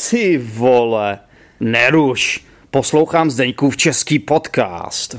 Ty vole, neruš, poslouchám Zdeňkův český podcast.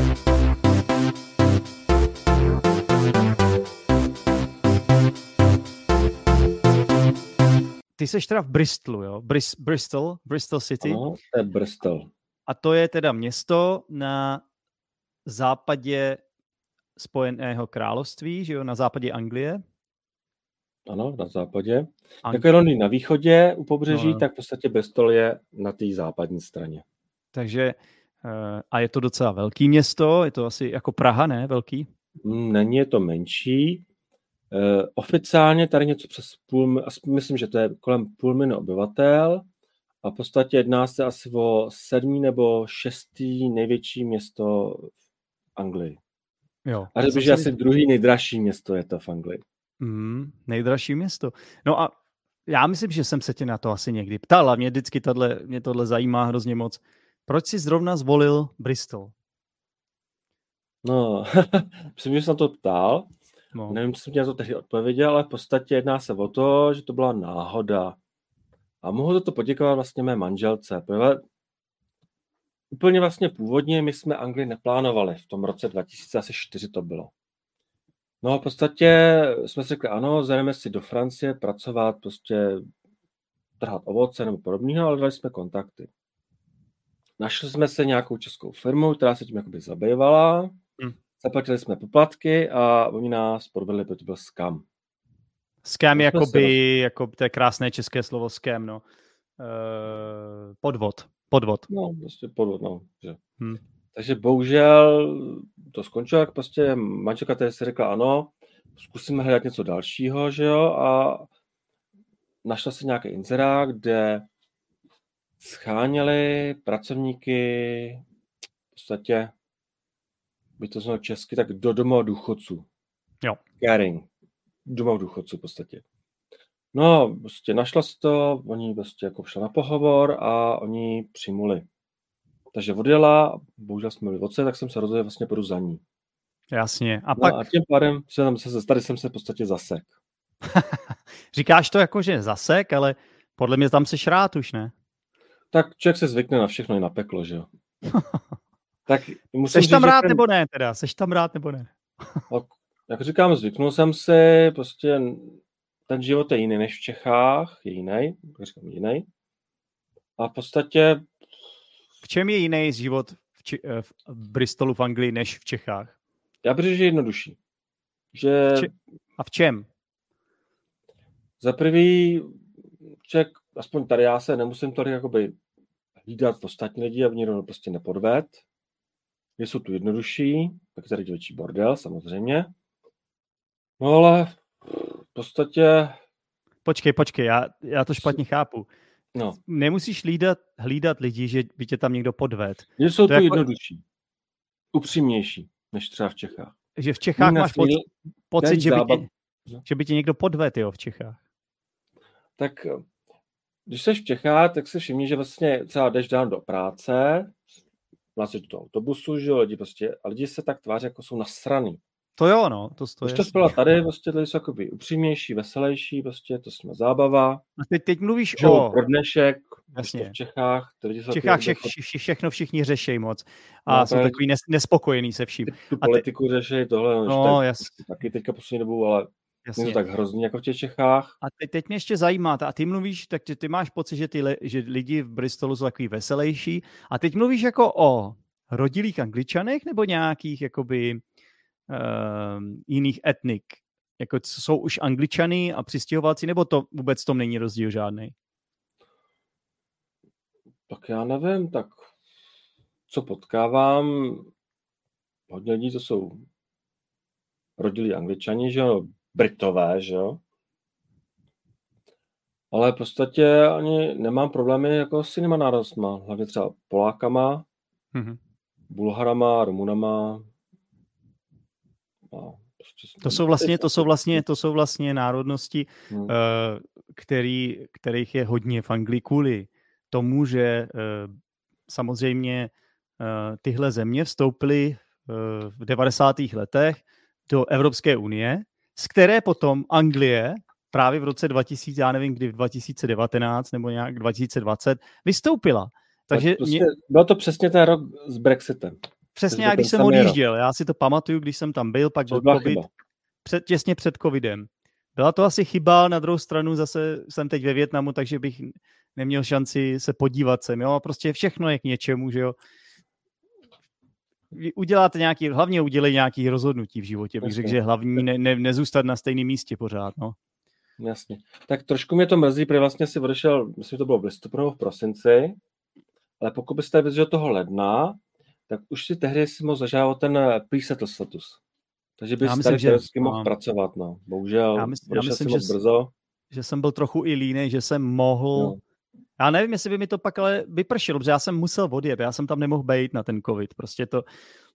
Ty seš teda v Bristolu, jo? Bristol City? Ano, to je Bristol. A to je teda město na západě Spojeného království, že jo? Na západě Anglie. Ano, na západě. Jako je Londýn na východě u pobřeží, tak v podstatě Bristol je na té západní straně. Takže a je to docela velký město, je to asi jako Praha, ne? Velký? Není, je to menší. Oficiálně tady něco přes myslím, že to je kolem 500 000 obyvatel a v podstatě jedná se asi o 7. nebo 6. největší město v Anglii. Jo. A řekl bych, že asi druhý nejdražší město je to v Anglii. Nejdražší město. No a já myslím, že jsem se tě na to asi někdy ptal a mě vždycky tohle zajímá hrozně moc. Proč jsi zrovna zvolil Bristol? No, myslím, že jsem na to ptal. No. Nevím, co jsem tě na to tehdy odpověděl, ale v podstatě jedná se o to, že to byla náhoda. A mohu za to poděkovat vlastně mé manželce. Úplně vlastně původně my jsme Anglii neplánovali. V tom roce 2004 to bylo. No a v podstatě jsme si řekli, ano, zajdeme si do Francie pracovat, prostě trhat ovoce nebo podobného, ale dali jsme kontakty. Našli jsme se nějakou českou firmu, která se tím jakoby zabývala. Zaplatili jsme poplatky a oni nás podvedli, protože to byl scam. Scam je jako to je krásné české slovo scam, no. Podvod. No, prostě podvod, no. Že. Takže bohužel to skončilo, jak prostě manželka tady si řekla, ano, zkusíme hledat něco dalšího, že jo, a našla se nějaký inzerát, kde scháněli pracovníky v podstatě, by to znalo česky, tak do domova důchodců. Jo. Caring. Domov důchodců v podstatě. No, prostě našla se to, oni prostě jako šla na pohovor a oni přijmuli. Takže odjela, bohužel jsme byli odse, tak jsem se rozhodl, vlastně půjdu za ní. Jasně. A tím pádem tady jsem se v podstatě zasek. Říkáš to jako, že zasek, ale podle mě tam seš rád už, ne? Tak člověk se zvykne na všechno i na peklo, že jo. Tak seš tam rád nebo ne teda? Seš tam rád nebo ne? Jak říkám, zvyknul jsem se, prostě ten život je jiný než v Čechách, je jiný, říkám jiný. A v podstatě... V čem je jiný život v Bristolu v Anglii než v Čechách? Já bych řekl, že je jednodušší. Že... A v čem? Za prvý, člověk, aspoň tady já se nemusím tady jakoby hlídat ostatní lidi, aby nikdo prostě nepodved. Že jsou tu jednodušší, tak je tady větší bordel, samozřejmě. No ale v podstatě... Počkej, já to špatně chápu. No. Nemusíš hlídat lidi, že by tě tam někdo podved. Že jsou tu jednodušší, upřímnější, než třeba v Čechách. Že v Čechách máš pocit, že by tě někdo podvedl, jo, v Čechách. Tak když jsi v Čechách, tak si všimni, že vlastně třeba jdeš dál do práce, vlastně do toho autobusu, že jo, lidi se tak tváří, jako jsou nasraný. To jo, no. Když to spěla tady, prostě tady jsou jakoby upřímnější, veselější, prostě to jsme zábava. A teď mluvíš pro dnešek, jasně. V Čechách. V Čechách všechno všichni řeší moc. A jsou takový nespokojení se vším. Tu politiku řeší tohle, no, jasně. Taky teďka poslední dobu, ale není to tak hrozný jako v těch Čechách. A teď mě ještě zajímá, a ty mluvíš, tak ty máš pocit, že lidi v Bristolu jsou takový veselější. A teď mluvíš jako o rodilých Angličanech nebo nějakých jakoby jiných etnik? Jako jsou už Angličany a přistěhovalci, nebo to vůbec v tom není rozdíl žádný? Tak já nevím, tak co potkávám, hodně lidí to jsou rodilí Angličani, že jo, Britové, že jo. Ale v podstatě ani nemám problémy jako s jinýma národnostma, hlavně třeba Polákama, Bulharama, Rumunama. To jsou vlastně národnosti, kterých je hodně v Anglii kvůli tomu, že samozřejmě tyhle země vstoupily v 90. letech do Evropské unie, z které potom Anglie právě v roce 2000, já nevím kdy, v 2019 nebo nějak 2020, vystoupila. Takže bylo to přesně ten rok s Brexitem. Přesně, jak když jsem odjížděl. Já si to pamatuju, když jsem tam byl, pak byl covid, těsně před covidem. Byla to asi chyba, na druhou stranu zase jsem teď ve Vietnamu, takže bych neměl šanci se podívat sem, jo, prostě všechno je k něčemu, že jo. Hlavně udělej nějaký rozhodnutí v životě, bych řekl, že hlavní nezůstat na stejném místě pořád, no. Jasně. Tak trošku mě to mrzí, protože vlastně si odešel, myslím, že to bylo v listopadu nebo v prosinci, ale pokud byste vydržel toho ledna, tak už si tehdy si mohl zažávat ten pre-settle status. Takže bys tady teoreticky mohl pracovat, no. Bohužel, já myslím, že brzo. Že jsem byl trochu i línej, že jsem mohl... No. Já nevím, jestli by mi to pak ale vypršelo, protože já jsem musel odjet, já jsem tam nemohl být na ten covid. Prostě to...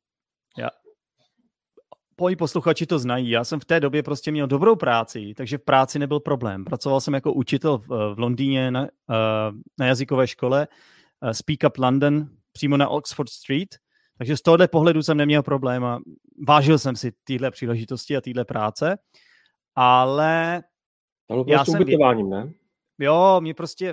Moji posluchači to znají. Já jsem v té době prostě měl dobrou práci, takže v práci nebyl problém. Pracoval jsem jako učitel v Londýně na jazykové škole Speak Up London, přímo na Oxford Street, takže z tohohle pohledu jsem neměl problém a vážil jsem si tyhle příležitosti a tyhle práce, ale... Já jsem ubytováním, ne? Jo, mě prostě,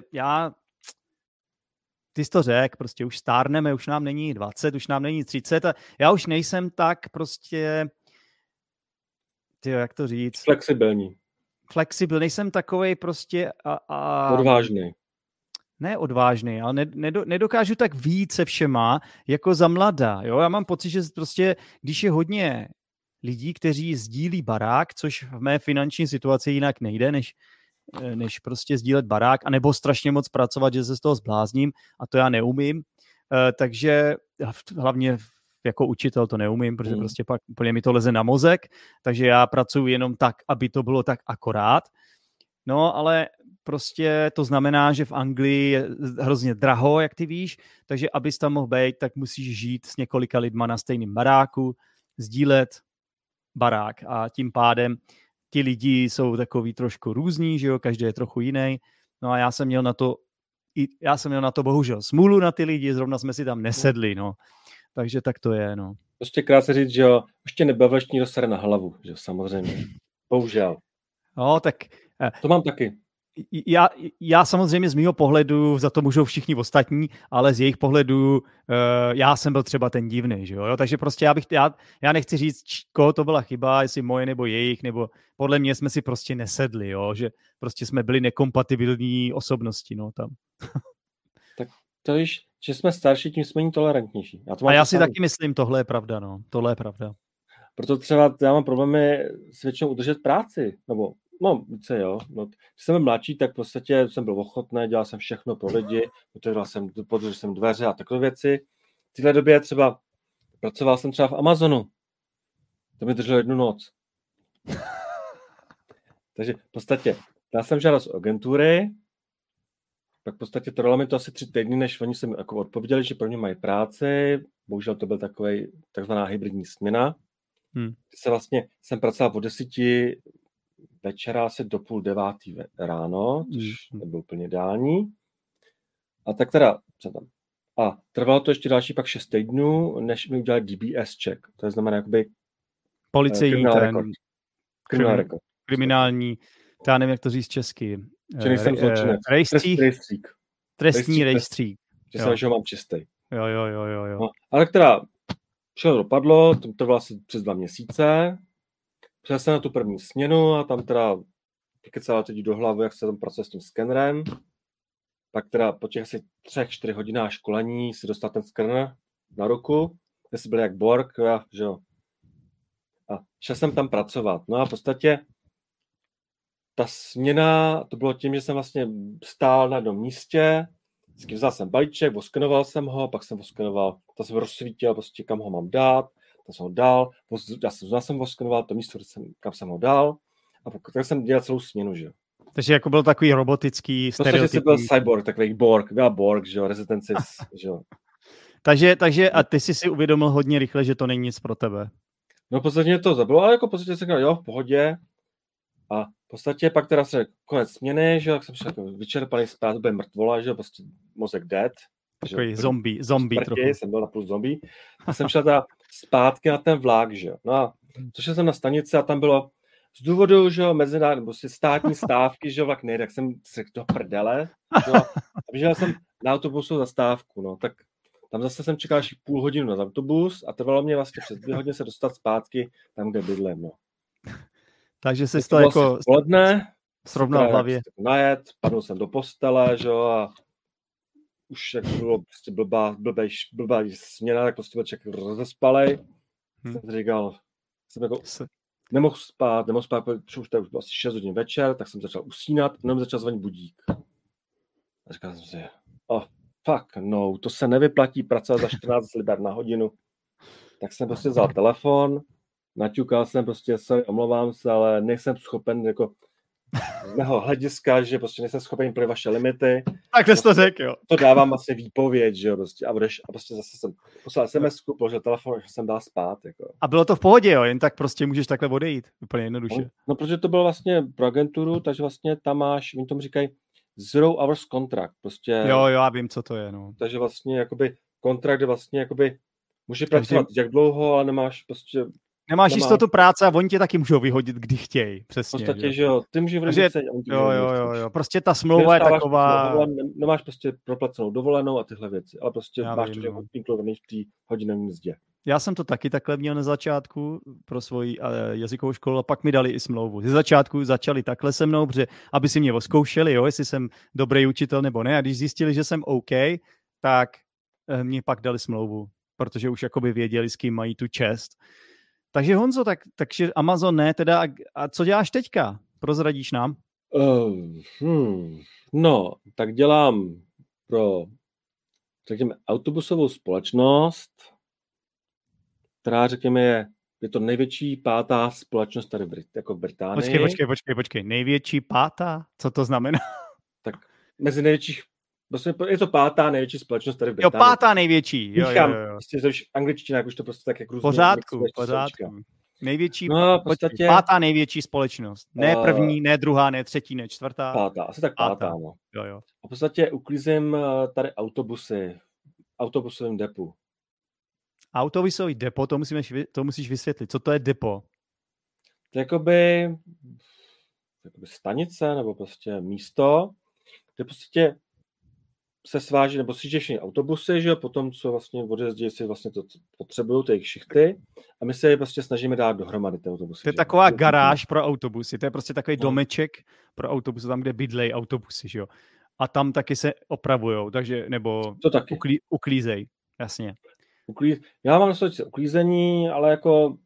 ty jsi to řekl, prostě už stárneme, už nám není 20, už nám není 30 a já už nejsem tak prostě, jak to říct? Flexibilní, nejsem takovej prostě odvážný. Ne odvážný, ale nedokážu tak víc se všema, jako za mladá, jo, já mám pocit, že prostě, když je hodně lidí, kteří sdílí barák, což v mé finanční situaci jinak nejde, než prostě sdílet barák, anebo strašně moc pracovat, že se z toho zblázním a to já neumím. Takže hlavně jako učitel to neumím, protože prostě pak úplně mi to leze na mozek, takže já pracuji jenom tak, aby to bylo tak akorát. No, ale prostě to znamená, že v Anglii je hrozně draho, jak ty víš, takže abys tam mohl být, tak musíš žít s několika lidma na stejném baráku, sdílet barák a tím pádem ti lidi jsou takový trošku různí, že jo, každý je trochu jiný. No a já jsem měl na to bohužel smůlu na ty lidi, zrovna jsme si tam nesedli, no. Takže tak to je, no. Prostě krátce říct, že jo, ještě nebaveš nikdo sere na hlavu, že jo, samozřejmě. Bohužel. No, tak... To mám taky. Já samozřejmě z mýho pohledu, za to můžou všichni ostatní, ale z jejich pohledu já jsem byl třeba ten divný, že jo? Takže prostě já nechci říct, koho to byla chyba, jestli moje nebo jejich, nebo podle mě jsme si prostě nesedli, jo? Že prostě jsme byli nekompatibilní osobnosti, no tam. Tak to víš, že jsme starší, tím jsme tolerantnější. Já si taky myslím, tohle je pravda, no. Tohle je pravda. Proto třeba já mám problémy s většinou udržet práci, nebo více jo. No, když jsem byl mladší, tak v podstatě jsem byl ochotný, dělal jsem všechno pro lidi, otevřel jsem dveře a takové věci. V téhle době třeba pracoval jsem třeba v Amazonu. To mi drželo 1 noc. Takže v podstatě dal jsem žádost o agentury, pak v podstatě trvalo mi to asi 3 týdny, než oni se mi jako odpověděli, že pro mě mají práci. Bohužel to byl takový takzvaná hybridní směna. Jsem pracoval od 10 večera asi do 8:30 ráno, což nebylo úplně ideální. A tak teda, co tam? A trvalo to ještě další pak 6 týdnů, než mi udělali DBS check. To znamená jakoby policejní kriminální, to já nevím, jak to říct česky. Trestní rejstřík. Že jsem, že ho mám čistý. Jo. No, ale teda všechno dopadlo, to trvalo asi přes 2 měsíce. Přijel jsem na tu první směnu a tam teda vykecala teď do hlavy, jak se tam pracuje s tím skenerem. Pak teda po těch asi 3-4 hodinách školení si dostal ten skener na ruku, kde si byl jak Borg, že jo. A šel jsem tam pracovat. No a v podstatě ta směna, to bylo tím, že jsem vlastně stál na jednom místě, vzal jsem balíček, oskenoval jsem ho, pak jsem oskenoval, to jsem rozsvítil, prostě kam ho mám dát, to jsem ho dal, já jsem oskenoval to místo, kam jsem ho dal a tak jsem dělal celou směnu, že jo. Takže jako byl takový robotický stereotyp. Prostě jsi byl cyborg, takový Borg, že jo, Residences, že jo. Takže a ty jsi si uvědomil hodně rychle, že to není nic pro tebe. No v podstatě mě to zabilo, ale jako v podstatě jsem říkal, jo, v pohodě. A v podstatě pak teda se konec směny, že jo, tak jsem šel jako vyčerpaný spát, to bude mrtvola, že jo, prostě mozek dead. Takový zombie trochu. Jsem byl napůl zombie. A jsem šel teda zpátky na ten vlak, že jo. No a přišel jsem na stanici a tam bylo z důvodu, že mezinárodní, nebo si státní stávky, že vlak nejde, tak jsem řekl do prdele. Běžel jsem na autobusu za stávku, no, tak tam zase jsem čekal až půl hodinu na autobus a trvalo mě vlastně přes 2 hodiny se dostat zpátky tam, kde bydlím, no. Takže se to jako srovnal v hlavě. Najet, padl jsem do postele, že jo, a už jak bylo prostě blbá směna, tak prostě byl člověk rozespalej. Jsem říkal, jsem jako nemohl spát, protože už to bylo asi 6 hodin večer, tak jsem začal usínat, jenom začal zvonit budík. A říkal jsem si, fuck, no, to se nevyplatí pracovat za 14 liber na hodinu. Tak jsem prostě vzal telefon, naťukal jsem prostě, omlouvám se, ale nejsem schopen, jako z mého hlediska, že prostě nejsem schopen plnit vaše limity. Tak jsi to řekl, jo. To dávám asi výpověď, že jo, prostě. A prostě zase jsem poslal SMS-ku, položil telefon, že jsem dal spát, jako. A bylo to v pohodě, jo, jen tak prostě můžeš takhle odejít, úplně jednoduše. No, protože to bylo vlastně pro agenturu, takže vlastně tam máš, oni tomu říkají 0 hours contract, prostě. Jo, já vím, co to je, no. Takže vlastně, jakoby, kontrakt je vlastně, jakoby, můžeš pracovat jak dlouho, ale nemáš prostě... Nemáš jistotu práce a oni tě taky můžou vyhodit, kdy chtějí, přesně. V podstatě, že jo, ty můžeš vyhodit se, jo, prostě ta smlouva je taková... Nemáš prostě proplacenou dovolenou a tyhle věci, ale prostě máš to, že inkludovaný v té hodinové mzdě. Já jsem to taky takhle měl na začátku pro svoji jazykovou školu a pak mi dali i smlouvu. Ze začátku začali takhle se mnou, protože aby si mě oskoušeli, jo, jestli jsem dobrý učitel nebo ne, a když zjistili, že jsem OK, tak mě pak dali smlouvu, protože už jakoby věděli, s kým mají tu čest. Takže Honzo, takže Amazon ne, teda a co děláš teďka? Prozradíš nám? No, tak dělám pro, řekněme, autobusovou společnost, která, řekněme, je to největší pátá společnost tady jako v Británii. Počkej. Největší pátá? Co to znamená? Tak mezi největších, vlastně je to pátá největší společnost tady v Británii. Jo, pátá největší. Jo. Prostě to už angličtina, jak už to prostě tak jak různě. Pořádku. Největší, no, v podstatě... pátá největší společnost. Ne první, ne druhá, ne třetí, ne čtvrtá. Pátá, asi tak pátá, no. Jo. A v podstatě uklízím tady autobusy, autobusovým depu. Autobusový depo, to musíš vysvětlit. Co to je depo? To je jakoby stanice, nebo prostě místo, kde prostě se sváží, nebo si všechny autobusy, že jo, potom, co vlastně odjezdí, si vlastně to potřebují, ty jejich šichty, a my se je prostě snažíme dát dohromady ty autobusy. To je taková garáž pro autobusy, to je prostě takový domeček pro autobusy, tam, kde bydlej autobusy, že jo. A tam taky se opravujou, takže, nebo uklízej, jasně. Já mám na sobě uklízení, ale jako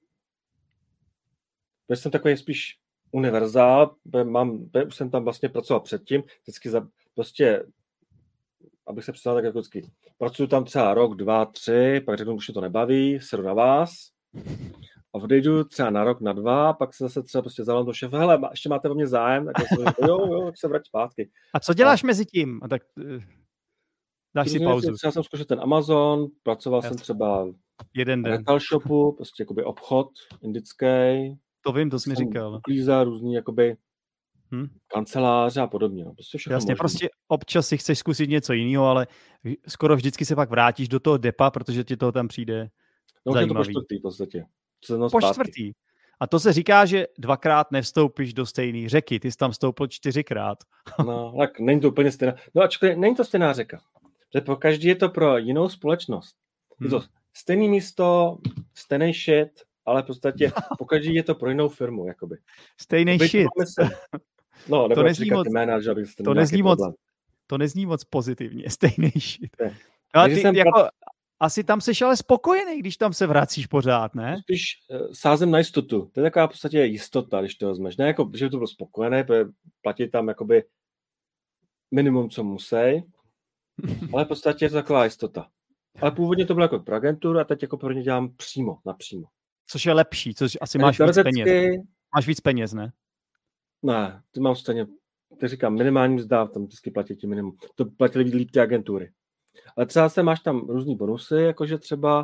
jsem takový spíš univerzál, už jsem tam vlastně pracoval předtím, vždycky prostě abych se přiznal tak jako vždycky. Pracuji tam třeba rok, 2, 3, pak řeknu, už mě to nebaví, sedu na vás a odejdu třeba na rok, na 2, pak se zase třeba prostě zavolám do šéfa, hele, ještě máte o mě zájem, tak jo, tak se vrať zpátky. A co děláš mezi tím? A tak dáš si pauzu. Třeba jsem zkoušel ten Amazon, pracoval jsem třeba jeden den. Retail shopu, prostě jakoby obchod indický. To vím, to jsi mi říkal. Uklízá různý jakoby kanceláře a podobně. No. Prostě jasně, prostě občas si chceš zkusit něco jiného, ale skoro vždycky se pak vrátíš do toho depa, protože ti toho tam přijde zajímavý. No, to po čtvrtý v podstatě. Po čtvrtý. A to se říká, že 2krát nevstoupíš do stejné řeky. Ty jsi tam vstoupil 4krát. No, tak není to úplně stejná. No ačkoliv není to stejná řeka. Protože po každý je to pro jinou společnost. Je to stejný místo, stejný shit, ale v podstatě po každý je to pro jinou firmu, jakoby. Stejný shit. No, to nezní moc, jména, že to nezní moc pozitivně, stejný shit. No, ty, jako, asi tam seš ale spokojený, když tam se vracíš pořád, ne? Spíš sázem na jistotu. To je taková v podstatě jistota, když to vezmeš. Ne jako, že to bylo spokojené, platí tam jakoby minimum, co musí, ale v podstatě je to taková jistota. Ale původně to bylo jako pro agenturu a teď jako pro ně dělám napřímo. Což je lepší, což asi máš víc peněz. Máš víc peněz, ne? Ne, ty mám stejně, tak říkám, minimální mzda, tam vždycky platí ti minimum. To platili líp ty agentury. Ale třeba máš tam různý bonusy, jakože třeba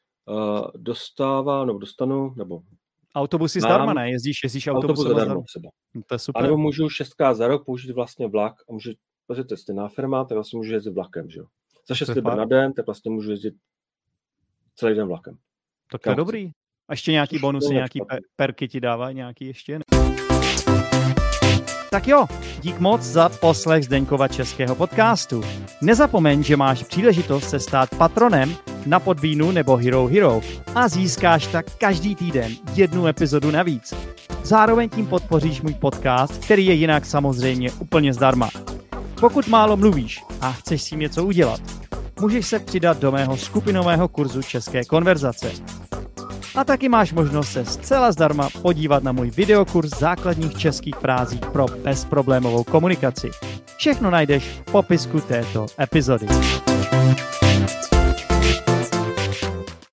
dostanu. Autobusy zdarma, ne? Jezdíš autobusy zadarmo třeba. To je super. A nebo můžu 6krát za rok použít vlastně vlak a protože to je stejná firma, tak vlastně můžu jezdit vlakem, že jo. Za 6 liber na den, tak vlastně můžu jezdit celý den vlakem. Tak to je dobrý. A ještě nějaký bonusy, nějaký perky ti dávají, nějaký ještě? Ne? Tak jo, dík moc za poslech Zdeňkova českého podcastu. Nezapomeň, že máš příležitost se stát patronem na Podbeanu nebo Hero a získáš tak každý týden 1 epizodu navíc. Zároveň tím podpoříš můj podcast, který je jinak samozřejmě úplně zdarma. Pokud málo mluvíš a chceš s tím něco udělat, můžeš se přidat do mého skupinového kurzu české konverzace. A taky máš možnost se zcela zdarma podívat na můj videokurs základních českých frází pro bezproblémovou komunikaci. Všechno najdeš v popisku této epizody.